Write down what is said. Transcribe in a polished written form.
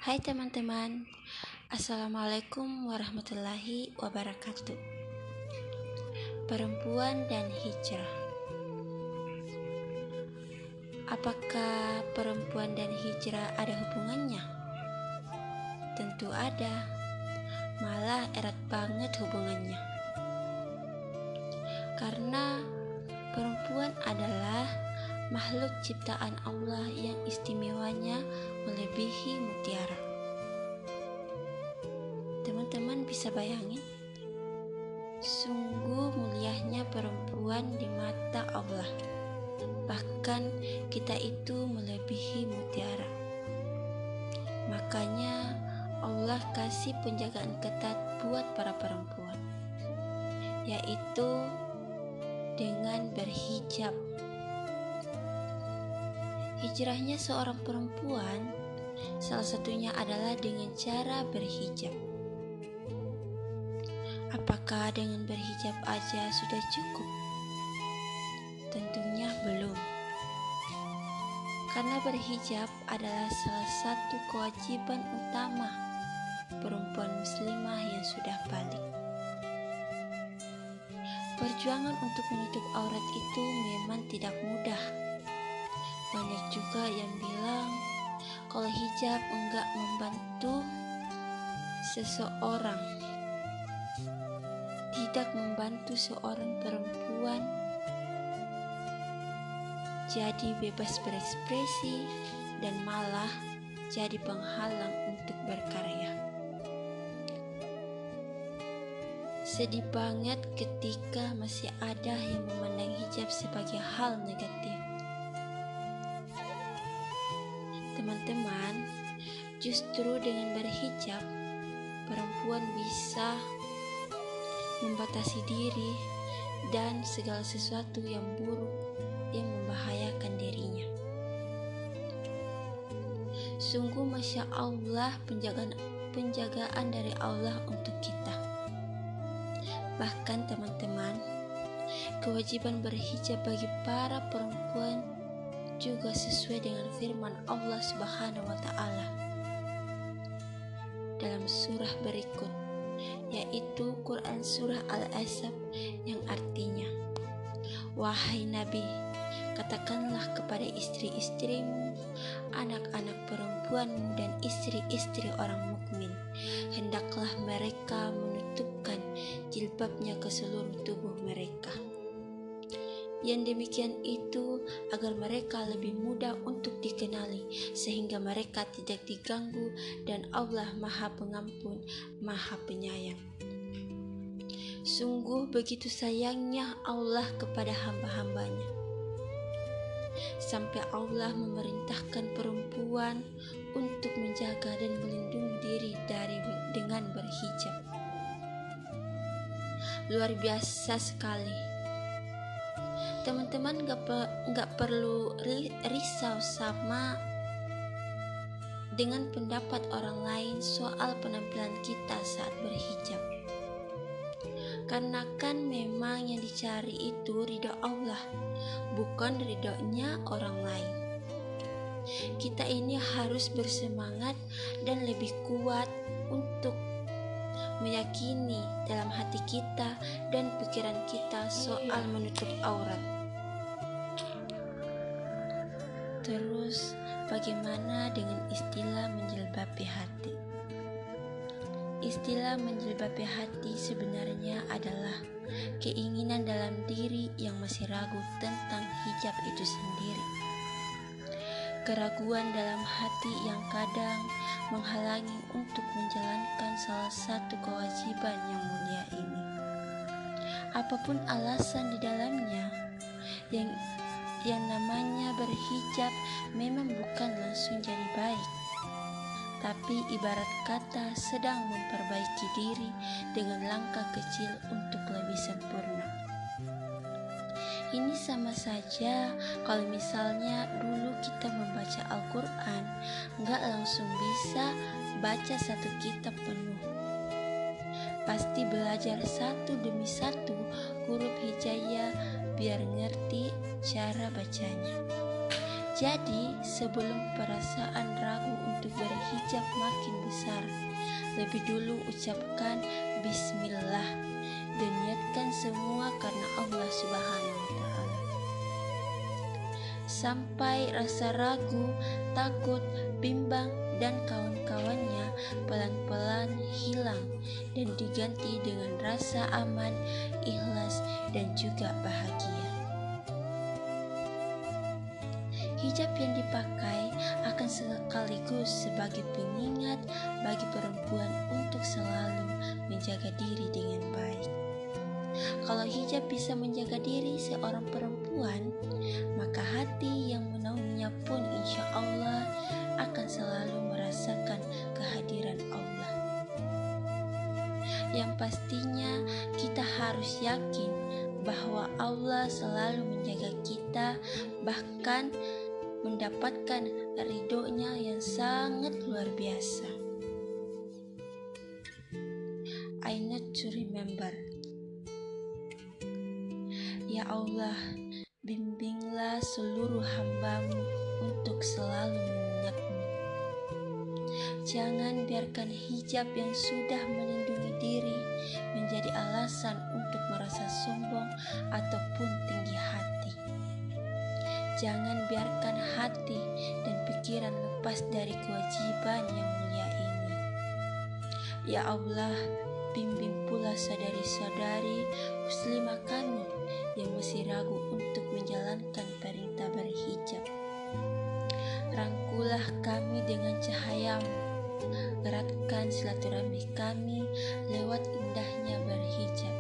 Hai teman-teman, Assalamualaikum warahmatullahi wabarakatuh. Perempuan dan hijrah. Apakah perempuan dan hijrah ada hubungannya? Tentu ada, malah erat banget hubungannya. Karena perempuan adalah makhluk ciptaan Allah yang istimewanya melebihi mutiara. Teman-teman bisa bayangin? Sungguh mulianya perempuan di mata Allah. Bahkan kita itu melebihi mutiara. Makanya Allah kasih penjagaan ketat buat para perempuan, yaitu dengan berhijab. Hijrahnya seorang perempuan salah satunya adalah dengan cara berhijab. Apakah dengan berhijab aja sudah cukup? Tentunya belum. Karena berhijab adalah salah satu kewajiban utama perempuan muslimah yang sudah balik. Perjuangan untuk menutup aurat itu memang tidak mudah. Banyak juga yang bilang kalau hijab enggak membantu seseorang, tidak membantu seorang perempuan jadi bebas berekspresi dan malah jadi penghalang untuk berkarya. Sedih banget ketika masih ada yang memandang hijab sebagai hal negatif. Teman-teman, justru dengan berhijab, perempuan bisa membatasi diri dan segala sesuatu yang buruk yang membahayakan dirinya. Sungguh Masya Allah penjagaan dari Allah untuk kita. Bahkan teman-teman, kewajiban berhijab bagi para perempuan juga sesuai dengan firman Allah Subhanahu wa Ta'ala dalam surah berikut, yaitu Quran surah Al-Ahzab, yang artinya, "Wahai Nabi, katakanlah kepada istri-istrimu, anak-anak perempuanmu dan istri-istri orang mukmin, hendaklah mereka menutupkan jilbabnya ke seluruh tubuh mereka. Yang demikian itu agar mereka lebih mudah untuk dikenali, sehingga mereka tidak diganggu, dan Allah Maha Pengampun, Maha Penyayang." Sungguh begitu sayangnya Allah kepada hamba-hambanya, sampai Allah memerintahkan perempuan untuk menjaga dan melindungi diri dengan berhijab. Luar biasa sekali. Teman-teman gak perlu risau sama dengan pendapat orang lain soal penampilan kita saat berhijab. Karena kan memang yang dicari itu ridho Allah, bukan ridhonya orang lain. Kita ini harus bersemangat dan lebih kuat untuk meyakini dalam hati kita dan pikiran kita soal menutup aurat. Terus, bagaimana dengan istilah menjilbabi hati? Istilah menjilbabi hati sebenarnya adalah keinginan dalam diri yang masih ragu tentang hijab itu sendiri. Keraguan dalam hati yang kadang menghalangi untuk menjalankan salah satu kewajiban yang mulia ini. Apapun alasan di dalamnya, yang namanya berhijab memang bukan langsung jadi baik, tapi ibarat kata sedang memperbaiki diri dengan langkah kecil untuk lebih sempurna. Ini sama saja kalau misalnya dulu kita membaca Al-Quran, nggak langsung bisa baca satu kitab penuh. Pasti belajar satu demi satu huruf hijaiyah biar ngerti cara bacanya. Jadi, sebelum perasaan ragu untuk berhijab makin besar, lebih dulu ucapkan bismillah dan niatkan semua karena Allah Subhanahu wa Ta'ala. Sampai rasa ragu, takut, bimbang, dan kawan-kawannya pelan-pelan hilang dan diganti dengan rasa aman, ikhlas, dan juga bahagia. Hijab yang dipakai akan sekaligus sebagai pengingat bagi perempuan untuk selalu menjaga diri dengan baik. Kalau hijab bisa menjaga diri seorang perempuan, maka hati yang menaunginya pun insya Allah akan selalu merasakan kehadiran Allah. Yang pastinya kita harus yakin bahwa Allah selalu menjaga kita, bahkan mendapatkan ridhonya yang sangat luar biasa. I need to remember. Ya Allah, bimbinglah seluruh hamba-Mu untuk selalu mengingat-Mu. Jangan biarkan hijab yang sudah melindungi diri menjadi alasan untuk merasa sombong ataupun tinggi hati. Jangan biarkan hati dan pikiran lepas dari kewajiban yang mulia ini. Ya Allah, bimbing pula saudari-saudari muslimah kami yang masih ragu untuk menjalankan perintah berhijab. Rangkulah kami dengan cahaya-Mu. Eratkan silaturahmi kami lewat indahnya berhijab.